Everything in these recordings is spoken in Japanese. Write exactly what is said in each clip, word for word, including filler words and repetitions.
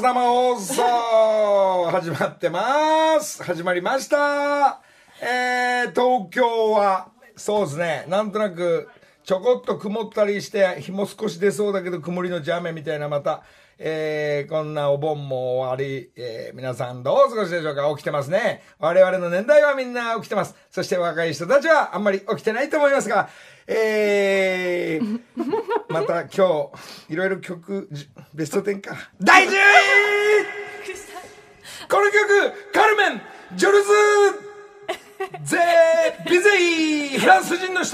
生放送始まってます始まりました。えー、東京はそうですね、なんとなくちょこっと曇ったりして日も少し出そうだけど曇りのち雨みたいな、またえー、こんなお盆も終わり、えー、皆さんどうお過ごしでしょうか。起きてますね。我々の年代はみんな起きてます。そして若い人たちはあんまり起きてないと思いますが、えー、また今日いろいろ曲ベストテンかだいじゅういこの曲カルメン・ジョルズ・ゼ・ビゼイフランス人の人。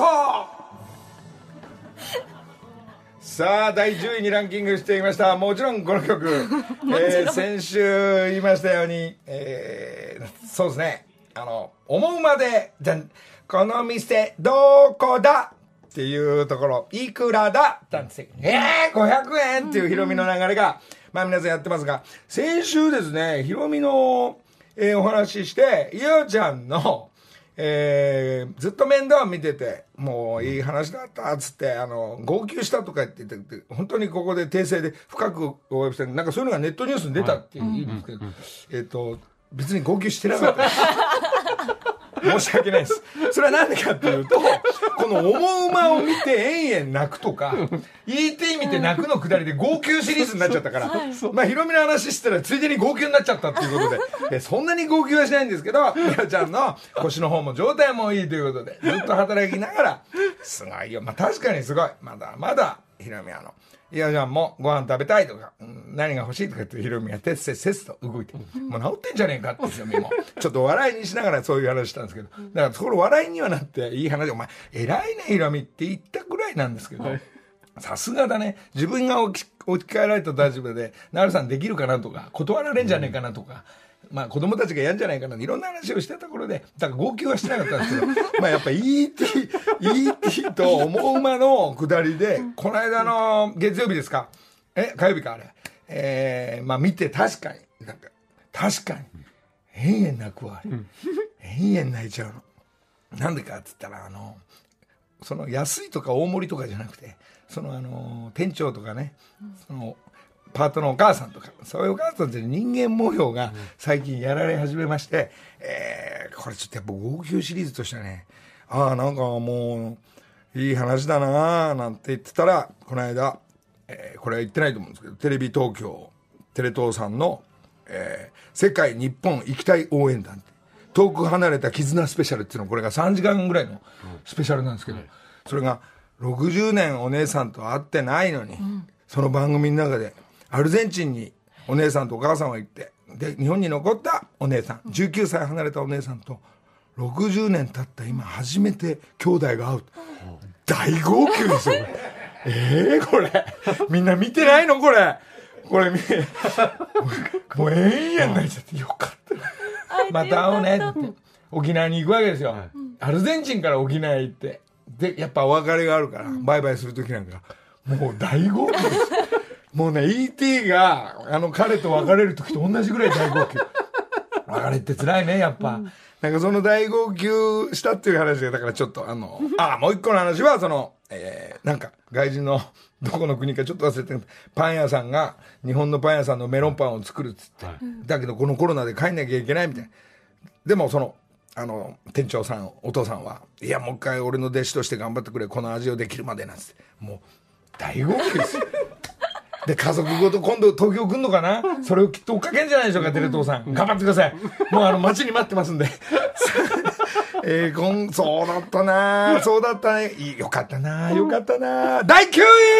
さあだいじゅういにランキングしていました。もちろんこの曲、えー、先週言いましたように、えー、そうですね、あの思うまでじゃこの店どこだっていうところいくらだったんですよ。えー、ごひゃくえんっていうヒロミの流れが、まあ皆さんやってますが、先週ですねヒロミの、えー、お話ししていよちゃんのえー、ずっと面倒見ててもういい話だったっつってあの号泣したとか言ってて、本当にここで訂正で深くお詫びして、なんかそういうのがネットニュースに出たっていうんですけど、えっと別に号泣してなかったです申し訳ないです。それはなんでかっていうと、この思う間を見て延々泣くとか イーティー 見て泣くのくだりで号泣シリーズになっちゃったから、まあヒロミの話してたらついでに号泣になっちゃったっていうことで、えそんなに号泣はしないんですけど、みやちゃんの腰の方も状態もいいということでずっと働きながらすごいよ。まあ確かにすごい、まだまだヒロミあのいやちゃんもご飯食べたいとか何が欲しいとかってヒロミがてっせっせっと動いて、もう治ってんじゃねえかってヒロミもちょっと笑いにしながらそういう話したんですけど、だからそこの笑いにはなっていい話、お前偉いねヒロミって言ったぐらいなんですけど、さすがだね。自分が置き置き換えられた立場でなるさんできるかなとか断られんじゃねえかなとか、まあ子供たちがやんじゃないかな、いろんな話をしてた頃で、だから号泣はしてなかったんですけどまあやっぱ イーティー イーティー と思う間の下りで、この間の月曜日ですか、え火曜日かあれ、えー、まあ見て確かになんか確かに延々泣くわあれ、延々泣いちゃうの。なんでかっつったら、あのその安いとか大盛りとかじゃなくて、そのあの店長とかね、そのパートのお母さんとか、そういうお母さんって人間模様が最近やられ始めまして、えー、これちょっとやっぱ号泣シリーズとしてはね、ああなんかもういい話だなーなんて言ってたら、この間、えー、これは言ってないと思うんですけど、テレビ東京テレ東さんの、えー、世界日本行きたい応援団って遠く離れた絆スペシャルっていうの、これがさんじかんぐらいのスペシャルなんですけど、それがろくじゅうねんお姉さんと会ってないのに、その番組の中でアルゼンチンにお姉さんとお母さんは行って、で日本に残ったお姉さん、じゅうきゅうさい離れたお姉さんとろくじゅうねん経った今初めて兄弟が会う。大号泣ですよえーこれみんな見てないのこれこれ見もう延々泣いちゃって、よかったまた会うねって沖縄に行くわけですよ、はい、アルゼンチンから沖縄へ行って、でやっぱお別れがあるから、うん、バイバイする時なんかもう大号泣ですもうね イーティー があの彼と別れる時と同じぐらい大号泣別れって辛いねやっぱ、うん、なんかその大号泣したっていう話が、だからちょっとあのあもう一個の話はその、えー、なんか外人のどこの国かちょっと忘れてるパン屋さんが日本のパン屋さんのメロンパンを作るっつって、はい、だけどこのコロナで帰んなきゃいけないみたいな。でもそのあの店長さんお父さんはいやもう一回俺の弟子として頑張ってくれ、この味をできるまでなんつって、もう大号泣ですよで家族ごと今度東京来んのかな、それをきっと追っかけんじゃないでしょうかテレ東さん、頑張ってくださいもうあの待ちに待ってますんでえー、こんそうだったなそうだったねよかったなよかったなだいきゅう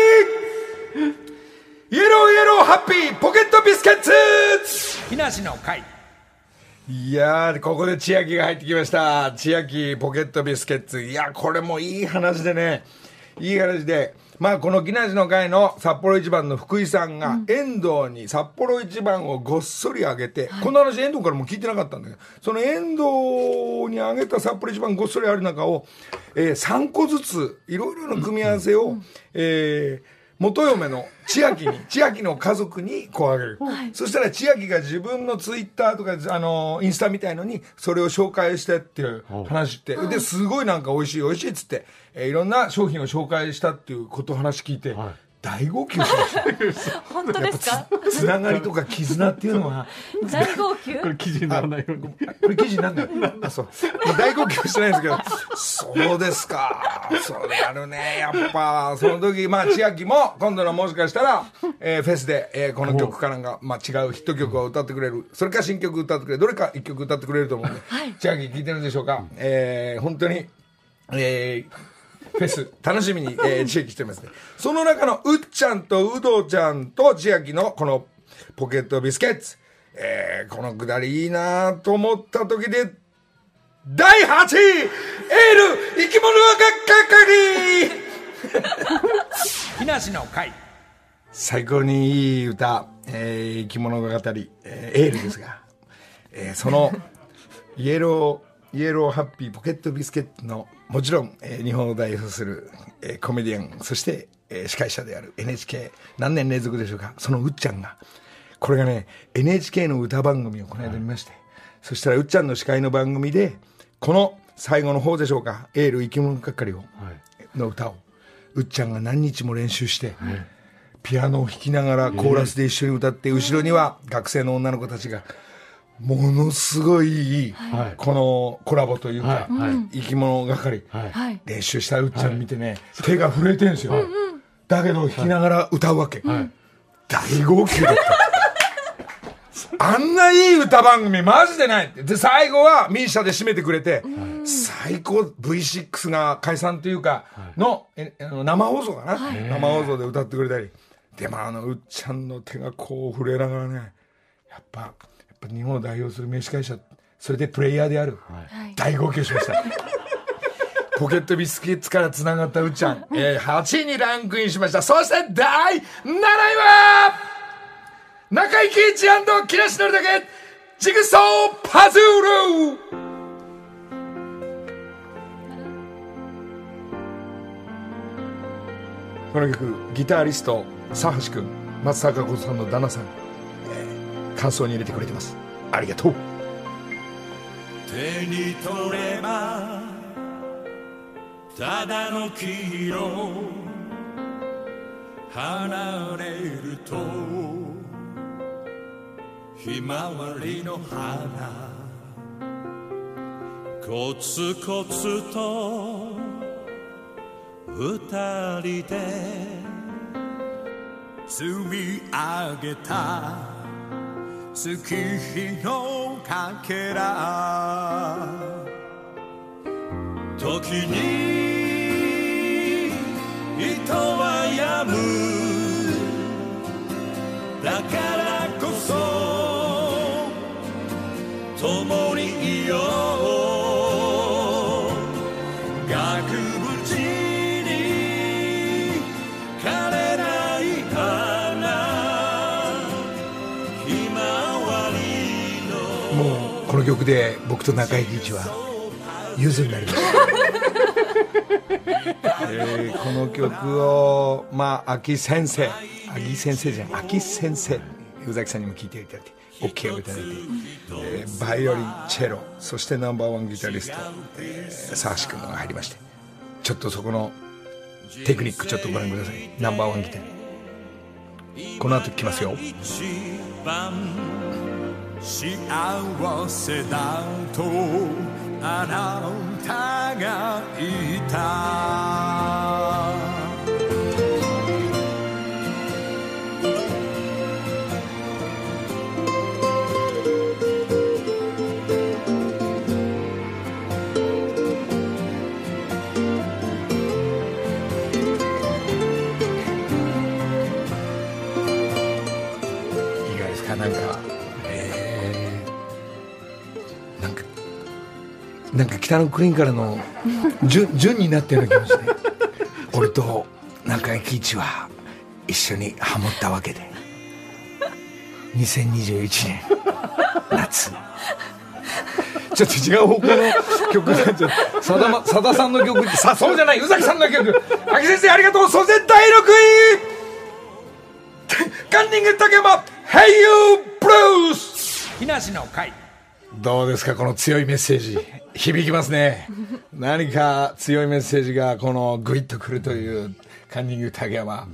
いイエローイエローハッピーポケットビスケッツ木梨の会。いやーここで千秋が入ってきました。千秋ポケットビスケッツ、いやこれもいい話でね、いい話で、まあこの木梨の会の札幌一番の福井さんが遠藤に札幌一番をごっそりあげて、うん、この話遠藤からも聞いてなかったんだけど、その遠藤にあげた札幌一番ごっそりある中を、えー、さんこずついろいろな組み合わせを、うん、えー元嫁の千秋に千秋の家族にこうあげる、はい、そしたら千秋が自分のツイッターとかあのインスタみたいのにそれを紹介してっていう話って、ですごいなんか美味しい美味しいっつって、えー、いろんな商品を紹介したっていうことを話聞いて、はい、 大号泣しました本当ですか？ つ, つながりとか絆っていうのは大号泣これ記事にならないように。 これ記事にならないあそう大号泣してないんですけどそうですかそれあるねやっぱその時まあ千秋も今度のもしかしたら、えー、フェスで、えー、この曲からが、まあ、違うヒット曲を歌ってくれるそれか新曲歌ってくれるどれか一曲歌ってくれると思うんで、はい、千秋聞いてるんでしょうか、えー、本当にえーフェス楽しみに、えー、千秋してますね。その中のうっちゃんとうどちゃんと千秋のこのポケットビスケッツ、えー、このくだりいいなと思った時でだいはちいエール生き物がかかり木梨の会最高にいい歌、えー、生き物が語り、えー、エールですが、えー、そのイエローイエローハッピーポケットビスケットのもちろん、えー、日本を代表する、えー、コメディアンそして、えー、司会者である エヌエイチケー 何年連続でしょうかそのうっちゃんがこれがね エヌエイチケー の歌番組をこの間見まして、はい、そしたらうっちゃんの司会の番組でこの最後の方でしょうかエール生き物係を、はい、の歌をうっちゃんが何日も練習して、はい、ピアノを弾きながらコーラスで一緒に歌って、後ろには学生の女の子たちがものすごい、はい、このコラボというか、はい、生き物係、はい、練習したうっちゃん見てね、はい、手が震えてるんですよ、はい、だけど弾きながら歌うわけ、はい、大号泣だったあんないい歌番組マジでないで最後はミーシャで締めてくれて最高 ブイシックス が解散というかの、はい、え生放送かな、はい、生放送で歌ってくれたりでもあのうっちゃんの手がこう震えながらねやっぱ日本を代表する名司会者それでプレイヤーである、はい、大号泣しましたポケットビスケッツからつながったうっちゃん、えー、はちいにランクインしましたそしてだいなないは中井貴一&木梨憲武ジグソーパズルこの曲ギタリスト佐橋君松坂子さんの旦那さん感想に入れてくれてますありがとう手に取ればただの黄色離れるとひまわりの花コツコツと二人で積み上げた月日のかけら時に糸はやむだからこそ共にいよう額縁に枯れない花ひまわりのもうこの曲で僕と中井貴一はゆずになりましたえー、この曲をまあ秋先生秋先生じゃん秋先生宇崎さんにも聴いていただいて OK をいただいて、えー、バイオリンチェロそしてナンバーワンギタリスト、えー、佐橋君が入りましてちょっとそこのテクニックちょっとご覧くださいナンバーワンギターこの後来ますよ幸せだとあなたがいたいかがですかなんかなんか北の国からの順になったような気持ちで俺と中井貴一は一緒にハモったわけでにせんにじゅういちねん夏ちょっと違う方向の曲になっちゃったさだ、ま、さださんの曲さそうじゃない宇崎さんの曲秋先生ありがとうそしてだいろくいカンニング竹山 Hey You Blues 木梨の会どうですかこの強いメッセージ響きますね何か強いメッセージがこのグイッとくるというカンニング竹山、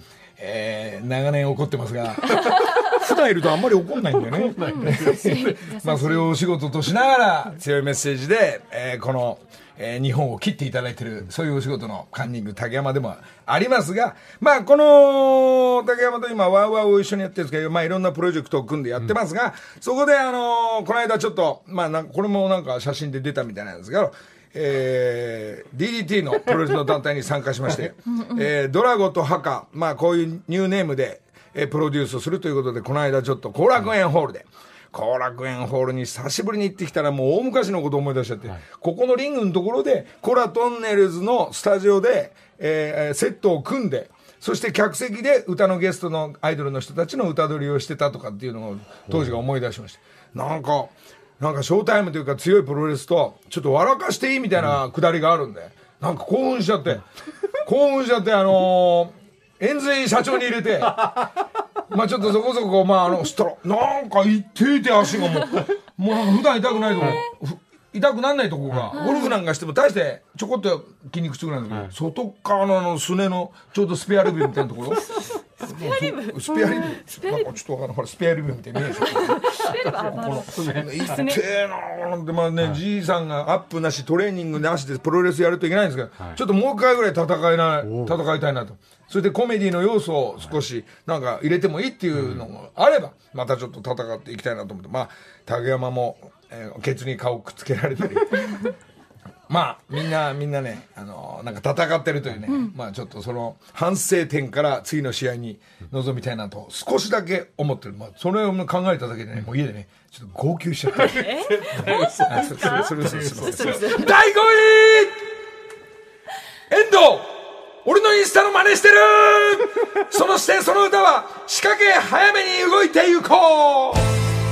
えー、長年怒ってますが普段いるとあんまり怒んないんだよねまあそれをお仕事としながら強いメッセージで、えー、この、えー、日本を切っていただいているそういうお仕事のカンニング竹山でもありますが、まあこの竹山と今ワーワーを一緒にやってるんですけど、まあいろんなプロジェクトを組んでやってますが、うん、そこであのー、この間ちょっとまあなんかこれもなんか写真で出たみたいなんですけど、えー、ディーディーティー のプロレスの団体に参加しまして、えー、ドラゴとハカ、まあこういうニューネームで、えー、プロデュースをするということで、この間ちょっと後楽園ホールで、後楽園ホールに久しぶりに行ってきたらもう大昔のことを思い出しちゃって、はい、ここのリングのところでコラトンネルズのスタジオで、えー、セットを組んで、そして客席で歌のゲストのアイドルの人たちの歌取りをしてたとかっていうのを当時が思い出しました。なんかなんかショータイムというか強いプロレスとちょっと笑かしていいみたいなくだりがあるんで、なんか興奮しちゃって興奮しちゃってあのー、円髄社長に入れてまあちょっとそこそこまああのしたらなんか痛いて足がもうもうなんか普段痛くないとこ痛くなんないとこがゴルフなんかしても大してちょこっと筋肉痛なんですけど、外側のあのすねのちょうどスペアリブみたいなところスペアリブスペアリブスペアリブちょっとわかんない、ほらスペアリブみたいに見えるでしょ痛えななんて、まあね、はい、じいさんがアップなしトレーニングなしでプロレスやるといけないんですけど、はい、ちょっともう一回ぐらい戦いな戦いたいなと、それでコメディの要素を少しなんか入れてもいいっていうのがあればまたちょっと戦っていきたいなと思って、まあ竹山も、えー、ケツに顔くっつけられたりまあみんなみんなね、あのー、なんか戦ってるというね、うん、まあちょっとその反省点から次の試合に臨みたいなと少しだけ思ってる、まあ、それを考えただけでね、もう家でねちょっと号泣しちゃってえそれそれそれだいごい遠藤俺のインスタの真似してるその視点その歌は仕掛け早めに動いていこう。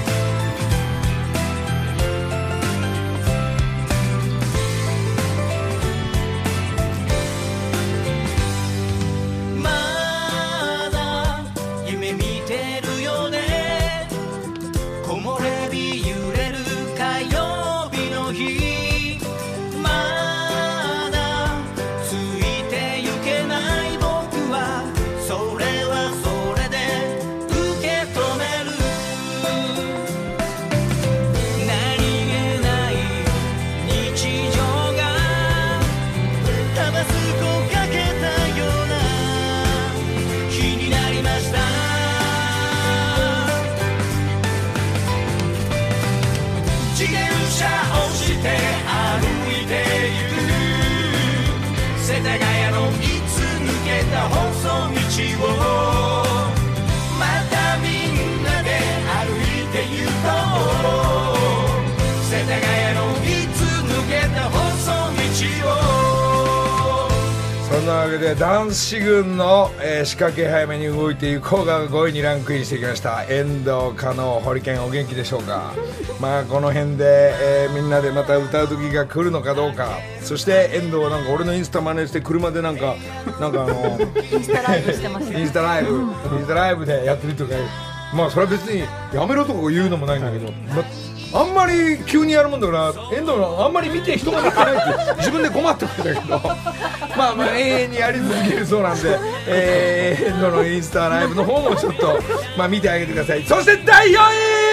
そんなわけで男子軍の、えー、仕掛け早めに動いていこうがごいにランクインしてきました。遠藤加納ホリケンお元気でしょうかまあこの辺で、えー、みんなでまた歌う時が来るのかどうか。そして遠藤はなんか俺のインスタ真似して車でなんかなんかあのインスタライブしてますインスタライブインスタライブでやってるとか、まあそれは別にやめろとか言うのもないんだけど、まあんまり急にやるもんだから遠藤のあんまり見て人が見てないって自分で困ってくるんだけどまあまあ永遠にやり続けるそうなんで、えー、遠藤のインスタライブの方もちょっとまあ見てあげてください。そしてだいよんい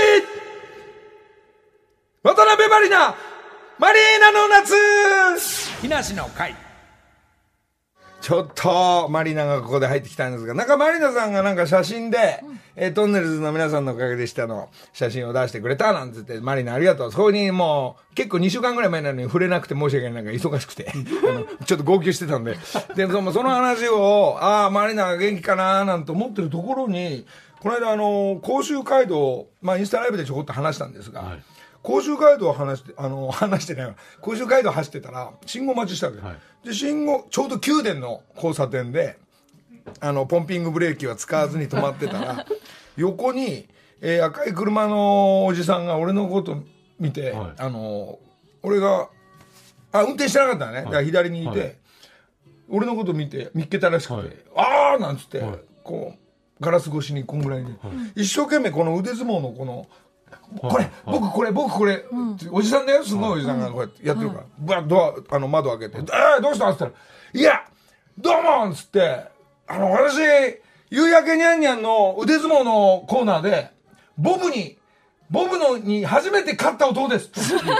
渡辺満里奈マリーナの夏木梨の会。ちょっとマリナがここで入ってきたんですが、なんかマリナさんがなんか写真で、うん、えー、トンネルズの皆さんのおかげでしたの写真を出してくれたなんて言って、マリナありがとう。そこにもう結構にしゅうかんぐらい前なのに触れなくて申し訳ない、なんか忙しくてあのちょっと号泣してたんででそのその話をああマリナが元気かななんて思ってるところに、この間あの甲州街道、まあインスタライブでちょこっと話したんですが、はい、甲州街道を話して、あの、話してないわ。甲州街道走ってたら、信号待ちしたわけ。はい、で、信号、ちょうど宮殿の交差点で、あの、ポンピングブレーキは使わずに止まってたら、横に、えー、赤い車のおじさんが俺のこと見て、はい、あの、俺が、あ、運転してなかったね。はい、だから左にいて、はい、俺のこと見て、見っけたらしくて、はい、あーなんつって、はい、こう、ガラス越しにこんぐらいで、はい、一生懸命この腕相撲のこの、これ、はい、僕これ僕これ、うん、おじさんだよ、すごいおじさんがこうやってやってるから、ぶわっドアあの窓開けて、えー、どうしたんっつったら、いやどうもっつって、あの私夕焼けにゃんにゃんの腕相撲のコーナーでボブにボブのに初めて勝った男です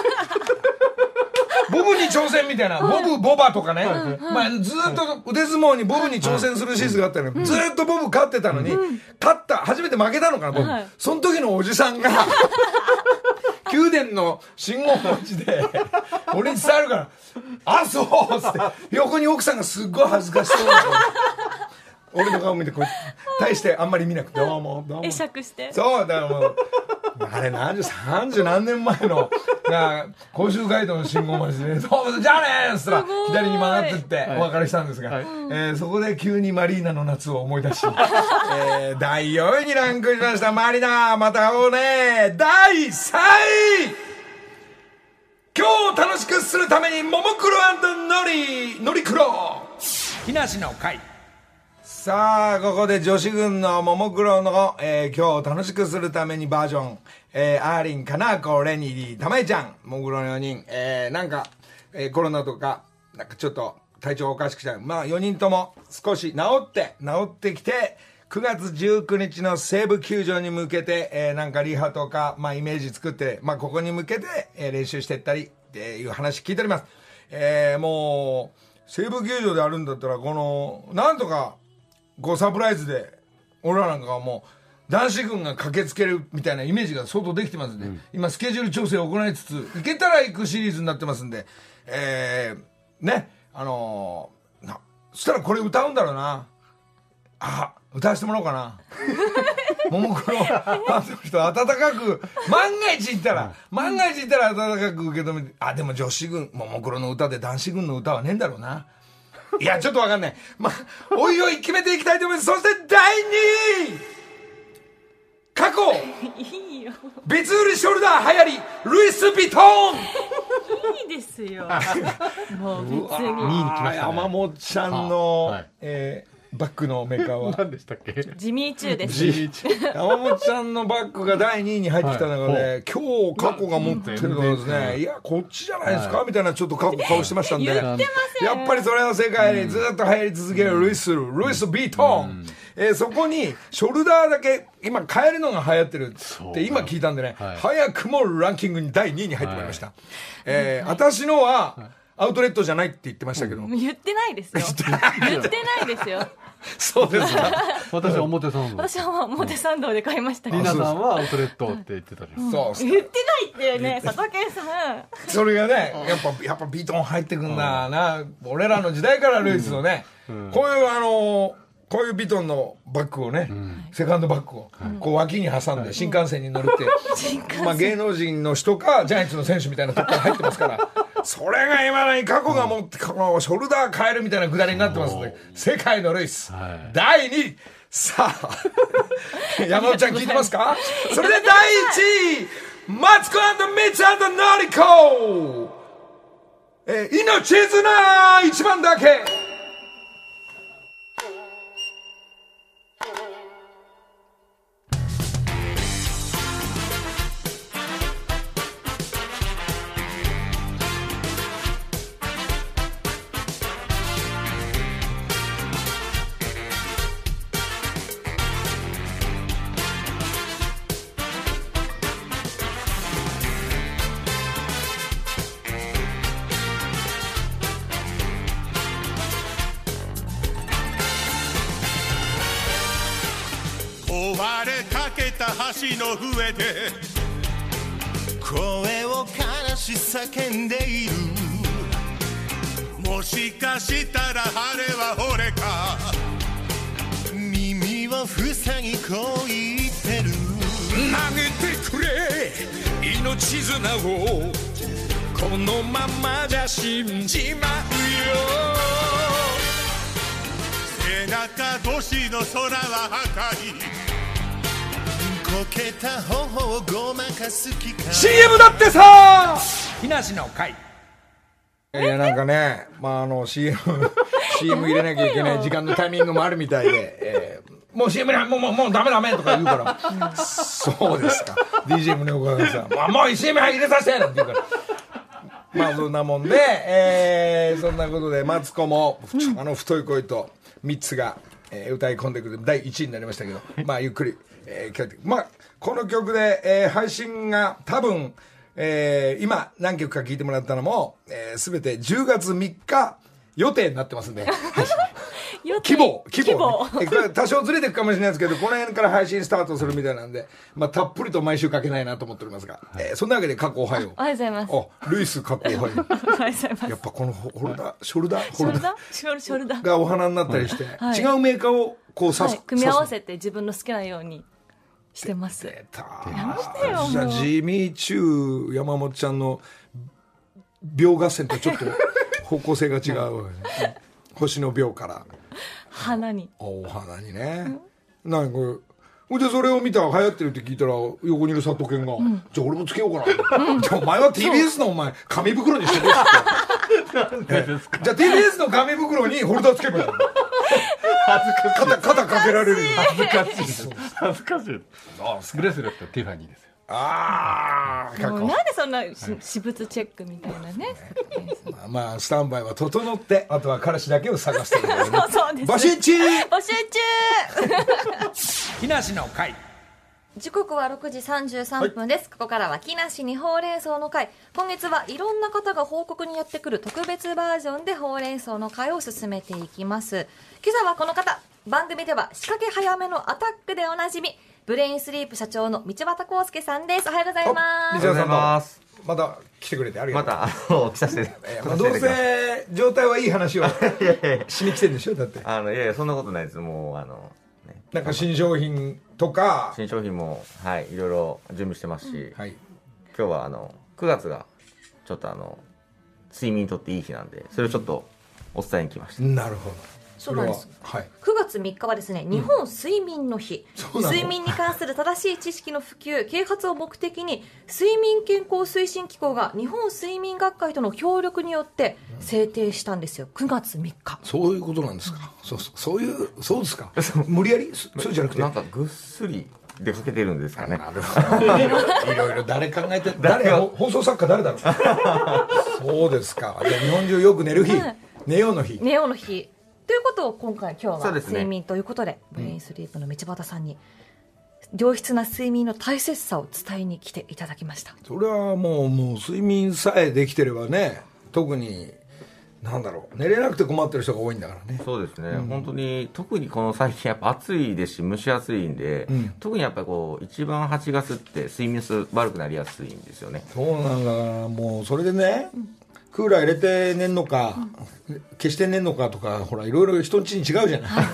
ボブに挑戦みたいな、ボブボバとかね、まあ、ずっと腕相撲にボブに挑戦するシーズンがあったのに、ずっとボブ勝ってたのに、勝った初めて負けたのかなボブ、その時のおじさんが宮殿の信号待ちで俺に伝えるから「あそう」っつって横に奥さんがすっごい恥ずかしそうな俺の顔見てこう大してあんまり見なくて「どうもどうも」 会釈してそうだからもうあれ何十三十何年前の甲州街道の信号待ちで「どうもじゃあね」っつったら左に曲がってってお別れしたんですが、はい、えー、そこで急にマリーナの夏を思い出し、えー、だいよんいにランクインしましたマリナまたをねだいさんい今日を楽しくするためにももクロ&ノリノリクロ木梨の会。さあここで女子軍のももクロの、えー、今日を楽しくするためにバージョン、えー、アーリンかなこレニーたまえちゃんももクロのよにん、えー、なんか、えー、コロナとかなんかちょっと体調おかしくちゃう、まあよにんとも少し治って治ってきてくがつじゅうくにちの西武球場に向けて、えー、なんかリハとか、まあ、イメージ作って、まあ、ここに向けて、えー、練習していったりっていう話聞いております、えー、もう西武球場であるんだったらこのなんとかこうサプライズで俺らなんかはもう男子軍が駆けつけるみたいなイメージが相当できてますんで、うん、今スケジュール調整を行いつつ行けたら行くシリーズになってますんで、えー、ねあのー、なそしたらこれ歌うんだろうなあ歌わせてもらおうかなももクロファンの人温かく万が一言ったら万が一言ったら温かく受け止めてあでも女子軍ももクロの歌で男子軍の歌はねえんだろうないやちょっとわかんないまあおいおい決めていきたいと思います。そしてだいにい過去いいよ別売りショルダー流行りルイス・ヴィトンいいですよもう別ににいに来ましたね。 山本ちゃんの、 はいえーバッグのメーカーは何でしたっけ。 ジミーチューですジ山本ちゃんのバッグがだいにいに入ってきた中で、はい、今日過去が持ってるのはですねいやこっちじゃないですか、はい、みたいなちょっと顔してましたんで言ってませんやっぱりそれは世界にずっと流行り続けるルイスルルイス・ヴィトン、えー、そこにショルダーだけ今変えるのが流行ってるって今聞いたんでね、はい、早くもランキングにだいにいに入ってまいりました、はいえー、私のは、はいアウトレットじゃないって言ってましたけど、うん、 言ってないですよ言ってないですよそうですか私は表参道私は表参道で買いましたけど、 リナさんはアウトレットって言ってたり、 うん、そう言ってないってね佐竹さんそれがねやっぱやっぱビトン入ってくんだな俺らの時代からルイスのね、うんうん、こういうあのこういうビトンのバッグをね、うん、セカンドバッグを、うん、こう脇に挟んで新幹線に乗るって、まあ、芸能人の人かジャイアンツの選手みたいなとこから入ってますからそれが今の過去が持ってこのショルダー変えるみたいなくだりになってますので世界のルイス、はい、だいにいさあ山本ちゃん聞いてますかそれでだいいちいマツコ&ミツ&ノリコ、えー、命綱一番だけ壊れかけた橋の上で声を悲し叫んでいるもしかしたらあれは俺か耳を塞ぎこう言ってる投げてくれ命綱をこのままじゃ死んじまうよ背中越しの空は赤いこけた頬をごまかす気かシーエム だってさ木梨の会いやなんかねまああの シーエム シーエム 入れなきゃいけない時間のタイミングもあるみたいで、えー、もう シーエム もうもうもうダメダメとか言うからそうですか ディージェー 宗岡がさまあもう シーエム 入れさせてなんて言うからまあそんなもんで、えー、そんなことでマツコもあの太い声とミッツがえー歌い込んでくるだいいちいになりましたけどまあゆっくり、えー、まあこの曲で、えー、配信が多分、えー、今何曲か聴いてもらったのも、えー、全てじゅうがつみっか予定になってますんで希望希望、ね、希望多少ずれていくかもしれないですけどこの辺から配信スタートするみたいなんで、まあ、たっぷりと毎週かけないなと思っておりますが、はいえー、そんなわけで過去おはようおはようございますあルイス過去おはようおはようございますやっぱこのホルダーショルダーショルダーショルショルダーがお花になったりして、はい、違うメーカーをこう刺す、はい、 組み合わせて自分の好きなようにしてます出たやめてよもうじゃあジミーチュー山本ちゃんの秒合戦とちょっと方向性が違う星の秒から花にお花にね、うん、なんかこれほんでそれを見たら流行ってるって聞いたら横にいる佐藤健が、うん、じゃあ俺もつけようかな、うん、じゃあお前は ティービーエス のお前紙袋にしてくれってじゃあ ティービーエス の紙袋にホルダーつけばいい恥ずかしい肩肩かけられる恥ずかしい恥ずかしいブレスレットはティファニーですよああ、 もうなんでそんな私物チェックみたいなねまあ、まあスタンバイは整ってあとは彼氏だけを探してるからねそうそうです募集中募集中木梨の会時刻はろくじさんじゅうさんぷんです、はい、ここからは木梨にほうれん草の会今月はいろんな方が報告にやってくる特別バージョンでほうれん草の会を進めていきます。今朝はこの方番組では仕掛け早めのアタックでおなじみブレインスリープ社長の道端康介さんです。おはようございます。 道端さんまた来てくれてありがとう。 またあの来させてどうせ状態はいい話をしに来てるんでしょだってあのいやいやそんなことないです。もうあのね、 なんか新商品とか新商品もはいいろいろ準備してますし、うんはい、今日はあのくがつがちょっとあの睡眠にとっていい日なんでそれをちょっとお伝えに来ました。 なるほど。 そうなんです、はい、くがつみっかはですね日本睡眠の日、うん、睡眠に関する正しい知識の普及啓発を目的に睡眠健康推進機構が日本睡眠学会との協力によって制定したんですよ。くがつみっかそういうことなんですか、うん、そうそういうそうですか無理やりそうじゃなくてなんかぐっすり出かけてるんですかね。 なるほどいろいろ誰考えて誰放送作家誰だろうそうですか。じゃあ日本中よく寝る日、うん、寝ようの日寝ようの日ということを今回今日は睡眠ということでブレインスリープの道端さんに良質な睡眠の大切さを伝えに来ていただきました。 それはもう、もう睡眠さえできてればね特になんだろう寝れなくて困ってる人が多いんだからね。 そうですね、うん、本当に特にこの最近やっぱ暑いですし蒸し暑いんで、うん、特にやっぱりこう一番はちがつって睡眠質悪くなりやすいんですよね。 そうなんだからもうそれでね、うんクーラー入れて寝んのか、うん、消して寝んのかとかほらいろいろ人ん家に違うじゃない、はい、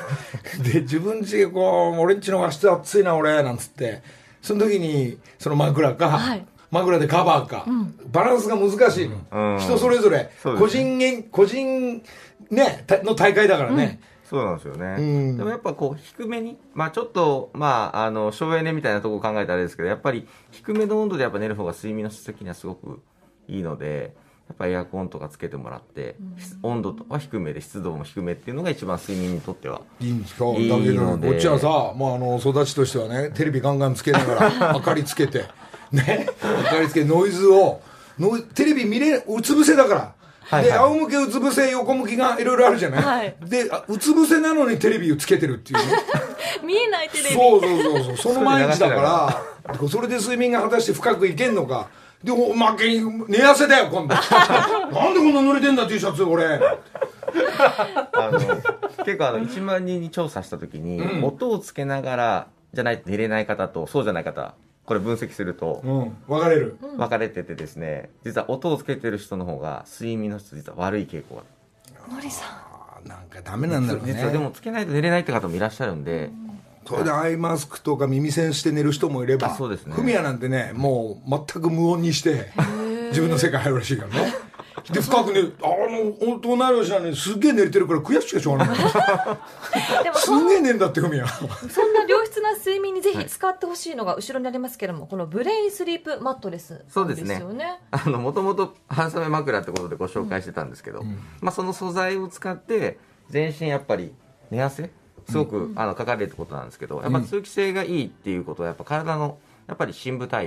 で自分家こう俺ん家の和室暑いな俺なんつってその時にその枕か、はい、枕でカバーか、うん、バランスが難しいの、うん、人それぞれ個人、ね、個人、ね、の大会だからね、 うんそうなんですよね、うん、でもやっぱこう低めに、まあ、ちょっと、まあ、あの省エネみたいなところを考えたらあれですけどやっぱり低めの温度でやっぱ寝る方が睡眠の質的にはすごくいいのでやっぱりエアコンとかつけてもらって、うん、温度は低めで湿度も低めっていうのが一番睡眠にとってはいいんですか。いいだけどこっちはさもうあの育ちとしてはねテレビガンガンつけながら明かりつけてね明かりつけてノイズをノイテレビ見れうつ伏せだから、はいはい、で仰向けうつ伏せ横向きがいろいろあるじゃない、はい、でうつ伏せなのにテレビをつけてるっていうね見えないテレビそうそうそうそうその毎日だからそれで睡眠が果たして深くいけんのかでおまけに寝汗だよ今度なんでこんな濡れてんだ T シャツ俺あの結構あのいちまんにんに調査した時に、うん、音をつけながらじゃないと寝れない方とそうじゃない方これ分析すると、 うん、分かれる分かれててですね実は音をつけてる人の方が睡眠の質実は悪い傾向が森さんなんかダメなんだろうね。 実はでもつけないと寝れないって方もいらっしゃるんで、うんそれでアイマスクとか耳栓して寝る人もいればそうですねフミヤなんてねもう全く無音にして自分の世界入るらしいからねで深くねあの本当なるしなのにすっげえ寝れてるから悔しくてしょうがないでもすんげえ寝んだってフミヤそんな良質な睡眠にぜひ使ってほしいのが後ろにありますけども、はい、このブレインスリープマットレスですよね。 そうですねもともとハンサム枕ってことでご紹介してたんですけど、うんまあ、その素材を使って全身やっぱり寝汗すごく、うん、あのかかれるってことなんですけどやっぱ通気性がいいっていうことはやっぱ体のやっぱり深部体温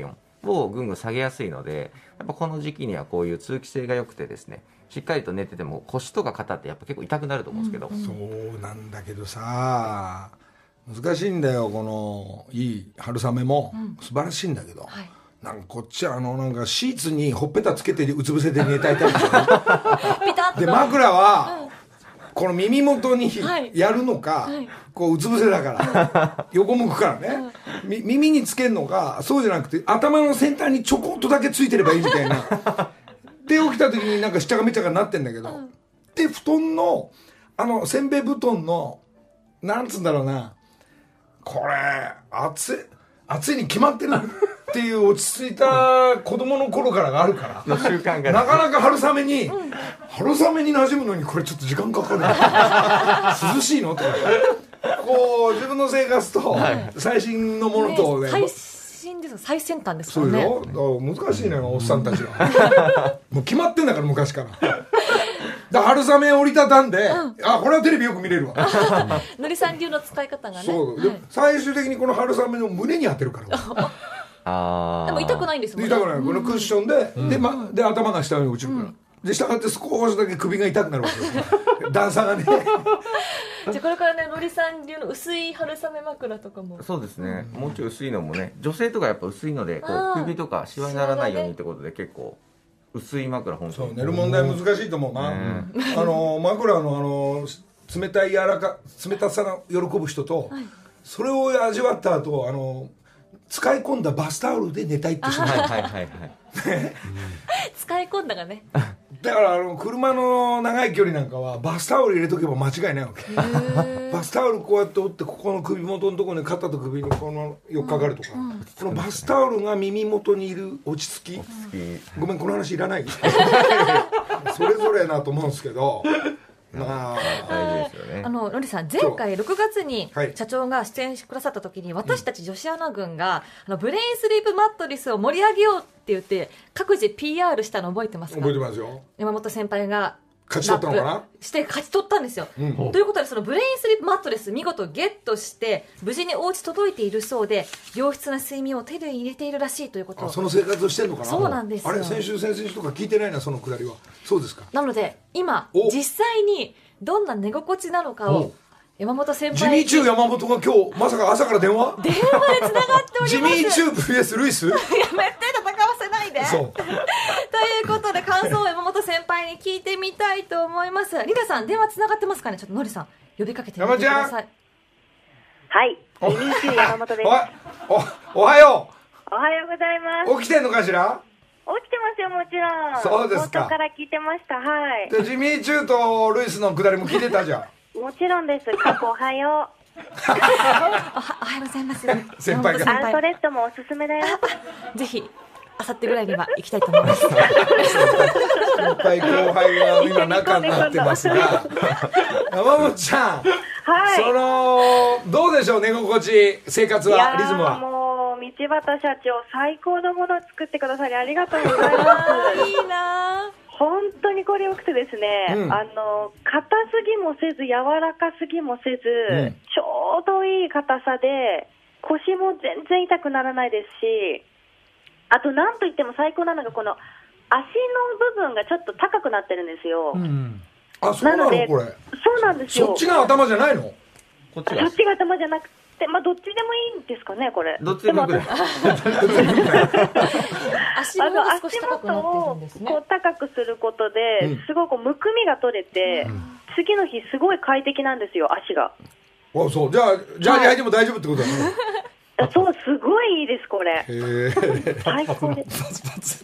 をぐんぐん下げやすいので、やっぱこの時期にはこういう通気性が良くてですね、しっかりと寝てても腰とか肩ってやっぱ結構痛くなると思うんですけど、 そうなんだけどさ、難しいんだよ。このいい春雨も素晴らしいんだけど、はい、なんかこっちはあのなんかシーツにほっぺたつけてうつ伏せで寝たいタイプで、枕はこの耳元にやるのか、はいはい、こううつ伏せだから横向くからね、み耳につけるのか、そうじゃなくて頭の先端にちょこっとだけついてればいいみたいなで起きた時になんかしっちゃかめっちゃかになってんだけど、うん、で布団のあのせんべい布団のなんつうんだろうな、これ暑い暑いに決まってるっていう落ち着いた子供の頃からがあるからの習慣がなかなか春雨に、うん、春雨に馴染むのにこれちょっと時間かかる涼しいのとかこう自分の生活と最新のものと、ね、 最新です、最先端ですもんね。 そうよ、難しいのよおっさんたちはもう決まってんだから昔からだ春雨折りたたんで、うん、あこれはテレビよく見れるわのりさん流の使い方がね。 そう、はい、最終的にこの春雨の胸に当てるからあでも痛くないんですもんね。 痛くない、このクッションで、うん、で, ま、で頭が下に落ちるから、うん、で下がって少しだけ首が痛くなるわけよ段差がねじゃあこれからねのりさん流の薄い春雨枕とかも。 そうですね、うん、もうちょい薄いのもね、女性とかやっぱ薄いのでこう首とかシワにならないようにってことで結構薄い枕本当にそう寝る問題難しいと思うな、ね、あの枕のあの冷たい柔らか冷たさの喜ぶ人と、はい、それを味わった後あの使い込んだバスタオルで寝たいって人はいはいはいはい使い込んだがねだからあの車の長い距離なんかはバスタオル入れとけば間違いないわけバスタオルこうやって折ってここの首元のところに肩と首にこのよっかかるとか、うんうん、このバスタオルが耳元にいる落ち着き、うん、ごめんこの話いらないそれぞれなと思うんですけどまあ大事ですよね。あののりさん前回ろくがつに社長が出演してくださった時に、私たち女子アナ軍が、うん、あのブレインスリープマットレスを盛り上げようって言って各自 ピーアール したの覚えてますか？ 覚えてますよ。 山本先輩が勝ち取ったのかなして勝ち取ったんですよ、うん、ということでそのブレインスリープマットレス見事ゲットして無事にお家届いているそうで、良質な睡眠を手で入れているらしいということを。 その生活をしてるのかな。 そうなんですよ。 あれ先週先々週とか聞いてないなそのくだりは。そうですか。 なので今実際にどんな寝心地なのかを山本先輩に。 ジミーチュー山本が今日まさか朝から電話電話でつながっております。 ジミーチュー ブイエス ルイスやめて戦わせないでそうということで感想を山本先輩に聞いてみたいと思います。リナさん電話つながってますかね。ちょっとノリさん呼びかけてみてください。 はいジミーチュー山本です。 お, お, おはようおはようございます。 起きてんのかしら。 起きてますよもちろん。 そうですか。 冒頭から聞いてました。はい。 でジミーチューとルイスのくだりも聞いてたじゃんもちろんです。過去おはようおはようございます先輩がアントレットもおすすめだよぜひあさってぐらいには行きたいと思います先輩後輩が今仲になってますが山本ちゃん、はい、そのどうでしょう寝心地生活はリズムは。 もう道端社長最高のものを作ってくださりありがとうございますいいな本当にこれ良くてですね、うん、あの硬すぎもせず柔らかすぎもせず、うん、ちょうどいい硬さで腰も全然痛くならないですし、あとなんといっても最高なのがこの足の部分がちょっと高くなってるんですよ、うん、 あそうなのこれ。 そうなんですよ。 そっちが頭じゃないの。 こっちがそっちが頭じゃなくて、まあ、どっちでもいいんですかねこれ。 どっちでもいい足元を少し高くなってるんですね。 こう高くすることで、うん、すごくむくみが取れて、うん、次の日すごい快適なんですよ足が。 あそうじゃあジャージ履いても大丈夫ってことだねそうすごいいいですこれ。 へー最高です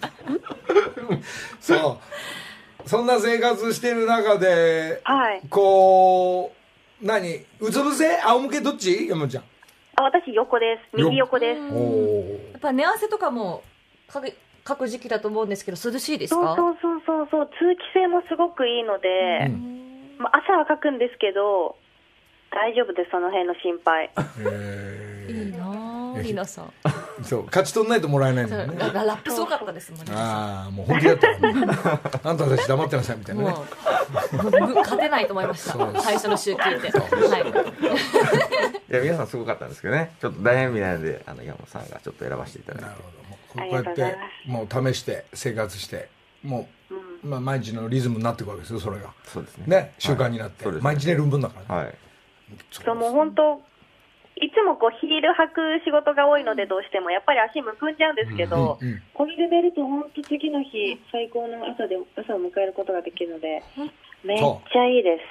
そうそんな生活してる中で、 はい、 こう何うつ伏せ仰向けどっち山ちゃん。 あ私横です右横です。 やっぱ寝汗とかもかくかく時期だと思うんですけど涼しいですか。 そうそうそうそう通気性もすごくいいので、うんまあ、朝はかくんですけど大丈夫ですその辺の心配。 へいいなリナさんそう勝ち取んないともらえないんだよね。 ラップすごかったですもんね。 ああもう本気だったからねあんたたち黙ってなさいみたいなね。もう勝てないと思いました最初の週聞いてはいいや皆さんすごかったんですけどねちょっと大変みたいなのであの山本さんがちょっと選ばせていただいて。なるほどこうやってもう試して生活してもう、うんまあ、毎日のリズムになっていくわけですよそれがそうですねね習慣になって、はい、毎日寝る分だからね、 はい、 そうもう本当いつもこうヒール履く仕事が多いのでどうしてもやっぱり足むくんじゃうんですけど、うんうん、これで寝ると本当次の日最高の朝で朝を迎えることができるのでめっちゃいいです。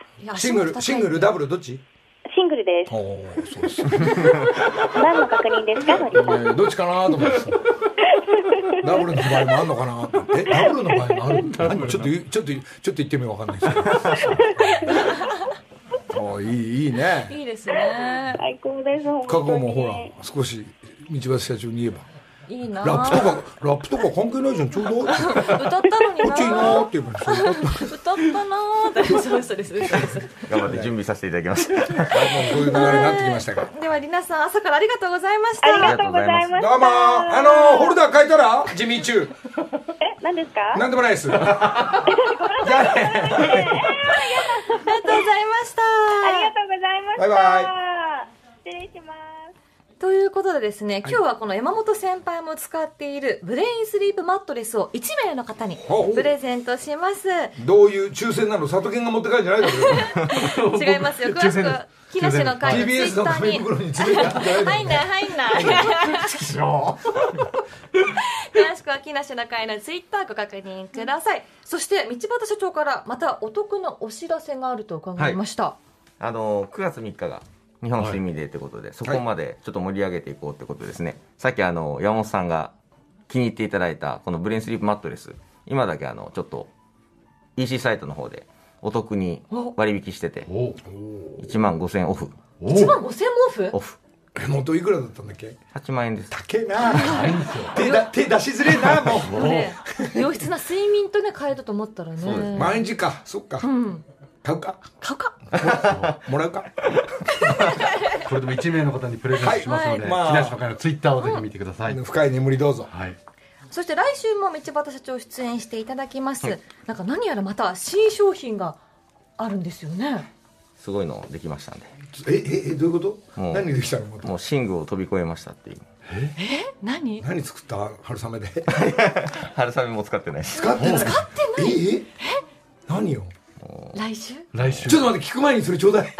シングルシングルダブルどっち？ シングルです。 おそうです何の確認ですか、のりさん。 えー、どっちかなと思ってダブルの場合もあるのかなとえダブルの場合もあるちょっとちょっとちょっと言ってみようわかんないですけどおいいいいねいいですね最高です。 過去もほら少し道端社長に言えばいいなラップとかラップとか関係ないじゃんちょうど歌ったのになこっちいいなーって言うから歌ったなーってそうそうです頑張って準備させていただきましたもうそういう流れになってきましたからではりなさん朝からありがとうございましたありがとうございました。 どうもあのホルダー変えたらジミーチューえ何ですか？ なんでもないですじゃあねありがとうございましたありがとうございました。 バイバイ。失礼します。 ということでですね、今日はこの山本先輩も使っているブレインスリープマットレスをいち名の方にプレゼントします。 どういう抽選なの里犬が持って帰るんじゃないだろ違いますよ。詳しくは木梨の会のツイティービーエス のッターに紙袋に詰めてあるんじゃないの入んない入んない詳しくは木梨の会のツイッターご確認ください。そして道端社長からまたお得なお知らせがあると伺いました、はい、 あのくがつみっかが日本睡眠デーということで、はい、そこまでちょっと盛り上げていこうということですね、はい、さっきあの山本さんが気に入っていただいたこのブレインスリープマットレス今だけあのちょっと イーシー サイトの方でお得に割引してていちまんごせんえんオフいちまんごせんえんもオフオフえ元いくらだったんだっけ？ はちまんえんです。 高えな手だ手出しづれえなもうね、良質な睡眠とね変えたと思ったらねそうですね毎日かそっか、うん、買うか買うかもらうかこれでもいち名の方にプレゼントしますので、 はい木梨の会のツイッターをぜひ見てください、 うん、深い眠りどうぞ、 はい、 そして来週も道端社長出演していただきます、はい、なんか何やらまた新商品があるんですよね。 すごいのできましたんでえええどういうこと？もう何できたの？ もう寝具を飛び越えましたっていうええ何何作った春雨で春雨も使ってないです。 使ってない使ってないええ何よ来週来週ちょっと待って聞く前にそれちょうだい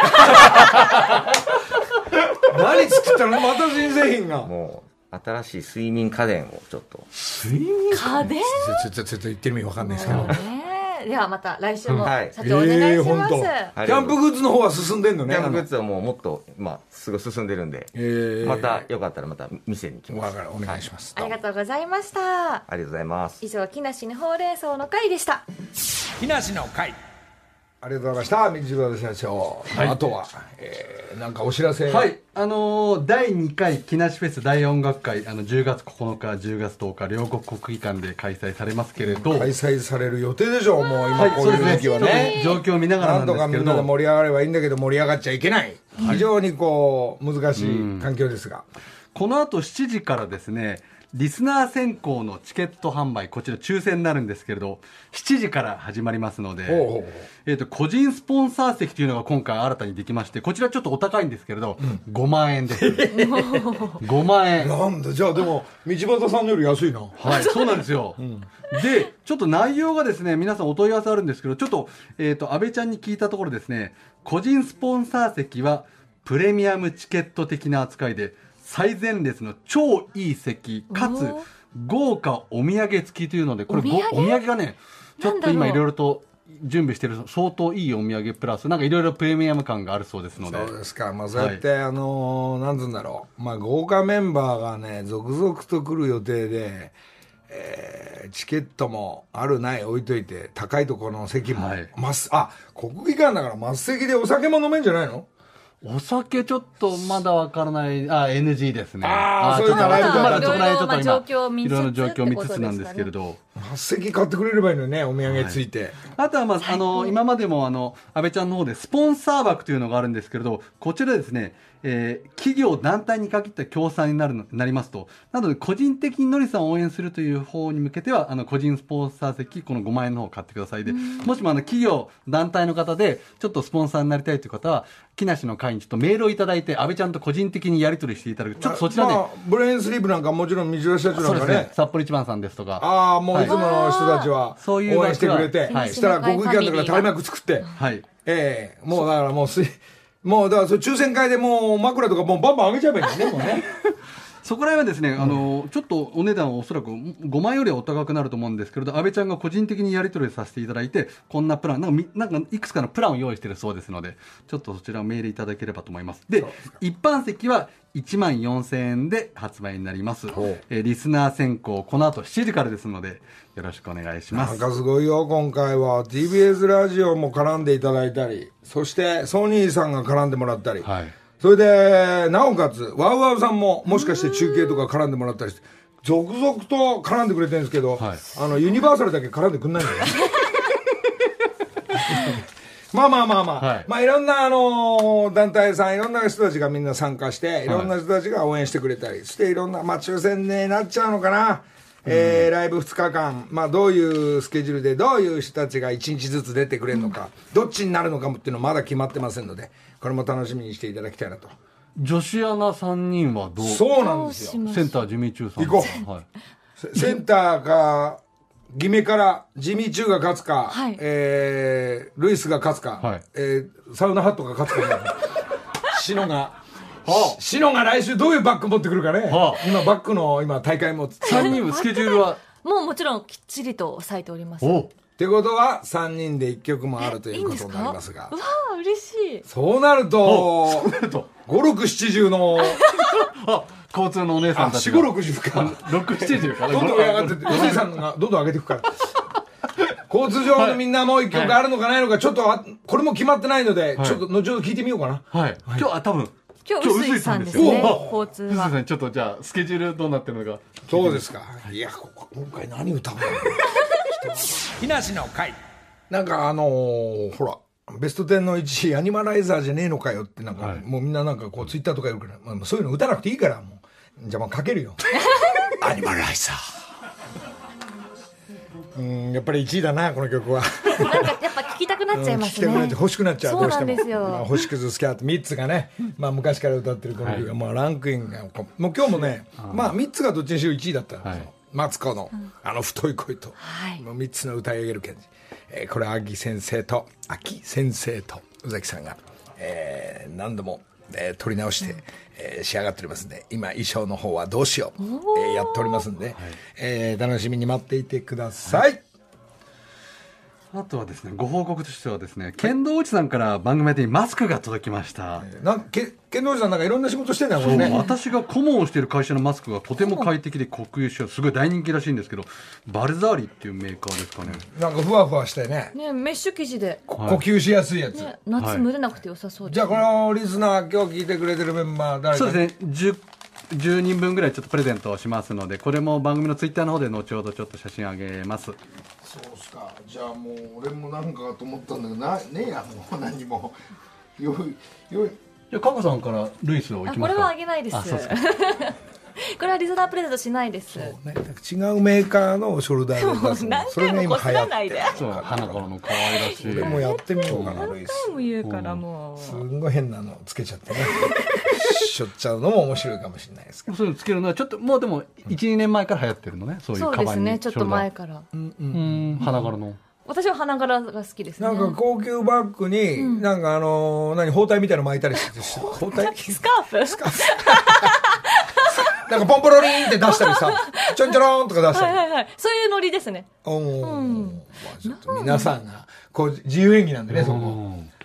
何作ったのまた新製品がもう新しい睡眠家電をちょっと睡眠家電ちょっとちょっと言ってる意味わかんないですけど、 ね、ではまた来週もはい社長お願いします、 えー、キャンプグッズの方は進んでんのね。 キャンプグッズはもうもっと、まあ、すごい進んでるんで、えー、またよかったらまた店に来ます。 お願いします、 はい、ありがとうございました。 ありがとうございます。 以上木梨のほうれん草の会でした。 木梨の会ありがとうございました。道端社長、はい、あとは、えー、なんかお知らせ。 はい、あのー、だいにかい木梨フェス大音楽会、あのじゅうがつここのかじゅうがつとおか両国国技館で開催されますけれど、 開催される予定でしょう。もう今こういう時期はね、はい、 状況を見ながらなんですけど、 なんとかみんなで盛り上がればいいんだけど盛り上がっちゃいけない、はい、非常にこう難しい環境ですが、 この後しちじからですねリスナー選考のチケット販売、こちら抽選になるんですけれどしちじから始まりますので、ほうほうほう、えーと、個人スポンサー席というのが今回新たにできまして、こちらちょっとお高いんですけれど、うん、ごまんえんですごまんえんなんだじゃあでも道端さんより安いな。 はいそうなんですよ、うん、でちょっと内容がですね皆さんお問い合わせあるんですけど、ちょっと、えーと、安倍ちゃんに聞いたところですね、個人スポンサー席はプレミアムチケット的な扱いで最前列の超いい席かつ豪華お土産付きというので、これ お, お土産がねちょっと今いろいろと準備してる相当いいお土産プラスなんかいろいろプレミアム感があるそうですので。 そうですか。まあそうやって、はい、あのー、なんつうんだろう、まあ豪華メンバーがね続々と来る予定で、えー、チケットもあるない置いといて高いところの席も、はい、あ国技館だから末席でお酒も飲めんじゃないの？ お酒ちょっとまだわからない、あ エヌジー ですね。 ああそういうのはまだそこら辺ちょっと今いろいろ状況を見つついろいろ状況を見つつなんですけれど、 はっ席買ってくれればいいのにね、お土産ついて。 あとは、まあ、あの、今までも、あの、安倍ちゃんの方で、スポンサー枠というのがあるんですけれど、こちらですね、えー、企業、団体に限った協賛になるの、なりますと、なので、個人的にのりさんを応援するという方に向けては、あの、個人スポンサー席、このごまんえんの方を買ってくださいで、もしも、あの、企業、団体の方で、ちょっとスポンサーになりたいという方は、木梨の会にちょっとメールをいただいて、安倍ちゃんと個人的にやり取りしていただく。ちょっとそちらで。まあ、 ブレインスリープなんかもちろん、水浦社長なんかね。ね札幌一番さんですとか。 ああ、もういつもの人たちは、応援してくれて、はい、したら国技館とか垂れ幕作って、はい。ええー、もうだからもうすい、もうだからそ抽選会でもう枕とかもうバンバン上げちゃえばいいんですね、もうね。 そこら辺はですね、あの、ちょっとお値段はおそらくごまんよりはお高くなると思うんですけれど、安倍ちゃんが個人的にやり取りさせていただいて、こんなプラン、なんか、なんかいくつかのプランを用意しているそうですので、ちょっとそちらをメールいただければと思います。で、一般席はいちまんよんせんえんで発売になります。えー、リスナー選考、この後しちじからですので、よろしくお願いします。 なんかすごいよ、今回は。ティービーエス ラジオも絡んでいただいたり、そしてソニーさんが絡んでもらったり、はい、それで、なおかつ、ワウワウさんももしかして中継とか絡んでもらったりして、続々と絡んでくれてるんですけど、はい、あの、ユニバーサルだけ絡んでくんないんだよね。まあまあまあまあ、はい、まあいろんなあの団体さん、いろんな人たちがみんな参加して、いろんな人たちが応援してくれたりして、いろんな、まあ抽選になっちゃうのかな。えー、ライブふつかかん、まあどういうスケジュールでどういう人たちがいちにちずつ出てくれるのか、うん、どっちになるのかもっていうのはまだ決まってませんので、これも楽しみにしていただきたいなと。 女子アナさんにんはどう？ そうなんですよ。 センタージミーチュウさん。 行こう。はい、センターか、決めからジミーチュウが勝つか、はい、えー、ルイスが勝つか、はい、えー、サウナハットが勝つか、ね、シノが。はあ、シノが来週どういうバッグ持ってくるかね、はあ、今バッグの今大会もさんにんもスケジュールはもうもちろんきっちりと押さえております。 ってことはさんにんでいっきょくもあるということになりますが、 うわあ嬉しい。 そうなるとご、ろく、ななじゅうのあ、交通のお姉さんたちがよん、ご、ろくじゅうかろく、ななじゅうかどんどん上がってってお姉さんがどんどん上げていくから交通上のみんなもういっきょくあるのかないのか、ちょっとこれも決まってないので、はい、ちょっと後ほど聞いてみようかな。 はい、はい、今日は多分今日臼井さんですね。交通は。 臼井さんちょっとじゃあスケジュールどうなってるのか。 そうですか。いや今回何歌うの？木梨の会。なんかあのー、ほらベストテンのいちいアニマライザーじゃねえのかよってなんか、はい、もうみんななんかこうツイッターとか言うから、まあ、そういうの打たなくていいからもうじゃあもうかけるよ。アニマライザー。うん、やっぱりいちいだなこの曲は。 なんかやっぱ聞きたくなっちゃいますね。 うん、聞きたくなっちゃう、欲しくなっちゃう。 そうなんですよ。 どうしても、まあ、星屑スキャットみっつがね、まあ昔から歌ってるこの曲が、はい、まあランクインがもう今日もね、まあみっつがどっちにしろいちいだったんですよ。はい、マツコの、うん、あの太い声と、はい、もうみっつの歌い上げる感じ。えー、これ秋先生と秋先生と宇崎さんが、えー、何度も、えー、撮り直して、うん、えー、仕上がっておりますんで、今衣装の方はどうしよう、えー、やっておりますんで、はい、えー、楽しみに待っていてください。はい、 あとはですね、ご報告としてはですね、剣道内さんから番組宛てにマスクが届きました。 えー、なんけ剣道内さんなんかいろんな仕事してんだよ、これね。 私が顧問をしている会社のマスクがとても快適で国有種、すごい大人気らしいんですけど、バルザーリっていうメーカーですかね。 なんかふわふわしてね。 ね、メッシュ生地で。 呼吸しやすいやつ。 ね、夏蒸れなくて良さそうです、 ね。はい、じゃあこのリスナー今日聞いてくれてるメンバー誰か。 そうですね、じゅうじゅうにんぶんぐらいちょっとプレゼントをしますので、これも番組のツイッターの方で後ほどちょっと写真あげます。 そうっすか。じゃあもう俺もなんかと思ったんだけどな、ねえやもう何もよいよい。 じゃあカカさんからルイスをいきますか。 これはあげないです。これはリスナープレゼントしないです。そうね、違うメーカーのショルダーで出すの。 それが今流行ってる。 そう、花からの可愛らしい。 俺もやってみようかな、ルイス。 何回も言うからもう。 すんごい変なのつけちゃってね。しょっちゃうのも面白いかもしれないですけど。 そういうのつけるのはちょっともうでもいち、にねんまえから流行ってるのね。そういうカバンに。 そうですね、ちょっと前から。 うんうん。花柄の。 私は花柄が好きですね。 なんか高級バッグに、うん、なんかあのー、何包帯みたいなの巻いたりして包帯スカーフスカーフなんかポンポロリンって出したりさちょんちょろんとか出したり、 はいはいはい、そういうノリですね。 おー、うん、まあ、ちょっと皆さんがこう自由演技なんでね、そこ好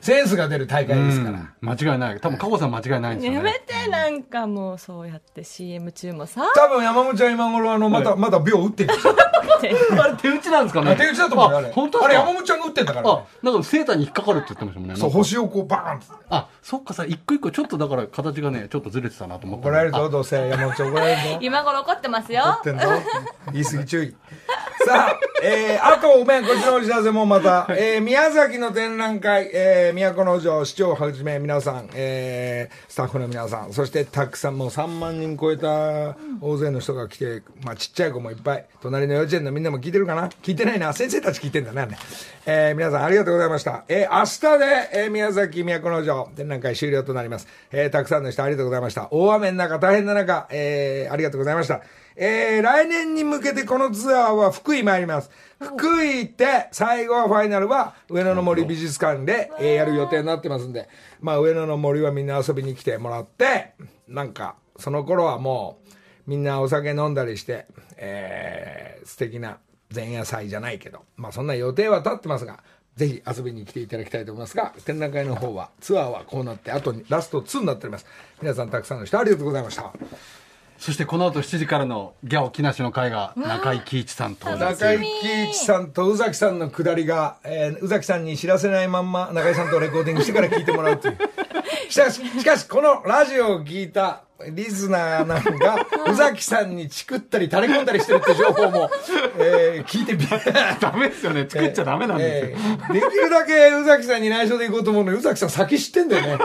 センスが出る大会ですから、 間違いない。多分佳子さん間違いないんですよね。 やめて、なんかもうそうやって シーエム 中もさ。 多分山本ちゃん今頃あのまた、はい、また秒打ってるんですよ。 あれ手打ちなんですかね。 手打ちだと思うよあれ。 本当あれ山本ちゃんが打ってんだから、ね。 あ、なんかセーターに引っかかるって言ってましたもんね。 そう、星をこうバーンって。 あ、そっかさ、一個一個ちょっとだから形がね、ちょっとずれてたなと思って。 怒られるぞ、どうせ山本ちゃん怒られるぞ。 今頃怒ってますよ。 怒ってんぞ。言い過ぎ注意。さあ、えー、あとごめん、こっちのお知らせもまた、えー、宮崎の展覧会、えー、都城市長をはじめ皆さん、えー、スタッフの皆さん、そしてたくさんもうさんまんにん超えた大勢の人が来て、まあちっちゃい子もいっぱい、隣の幼稚園のみんなも聞いてるかな？聞いてないな。先生たち聞いてんだね。えー、皆さんありがとうございました。えー、明日で、えー、宮崎都城展覧会終了となります。えー、たくさんの人ありがとうございました。大雨の中、大変な中、えー、ありがとうございました。えー、来年に向けてこのツアーは福井参ります。福井行って最後はファイナルは上野の森美術館で、えー、やる予定になってますんで、まあ上野の森はみんな遊びに来てもらって、なんかその頃はもうみんなお酒飲んだりして、えー、素敵な前夜祭じゃないけど、まあそんな予定は立ってますが、ぜひ遊びに来ていただきたいと思いますが、展覧会の方はツアーはこうなって、あとラストツーになっております。皆さんたくさんの人ありがとうございました。 そしてこの後しちじからのギャオ木梨の会が中井貴一さんと中井貴一さんと宇崎さんの下りが、えー、宇崎さんに知らせないまんま中井さんとレコーディングしてから聞いてもらうというしかし、しかしこのラジオを聞いたリスナーなんか宇崎さんにチクったり垂れ込んだりしてるって情報も、えー、聞いてみダメですよね。作っちゃダメなんですよ、えー、できるだけ宇崎さんに内緒で行こうと思うのに宇崎さん先知ってんだよね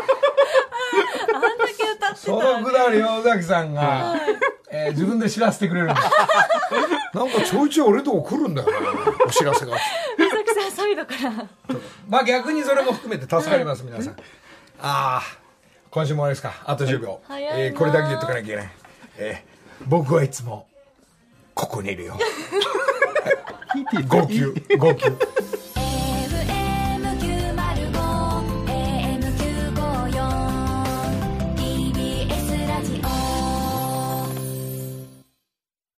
そのくだりを宇崎さんが、はい、えー、自分で知らせてくれるんですなんかちょいちょい俺のとこ来るんだよねお知らせが宇崎さんそういうのからまあ逆にそれも含めて助かります皆さん。ああ今週もあれですか、あとじゅうびょう、えー、これだけ言っとかなきゃいけない、えー、僕はいつもここにいるよ号泣号泣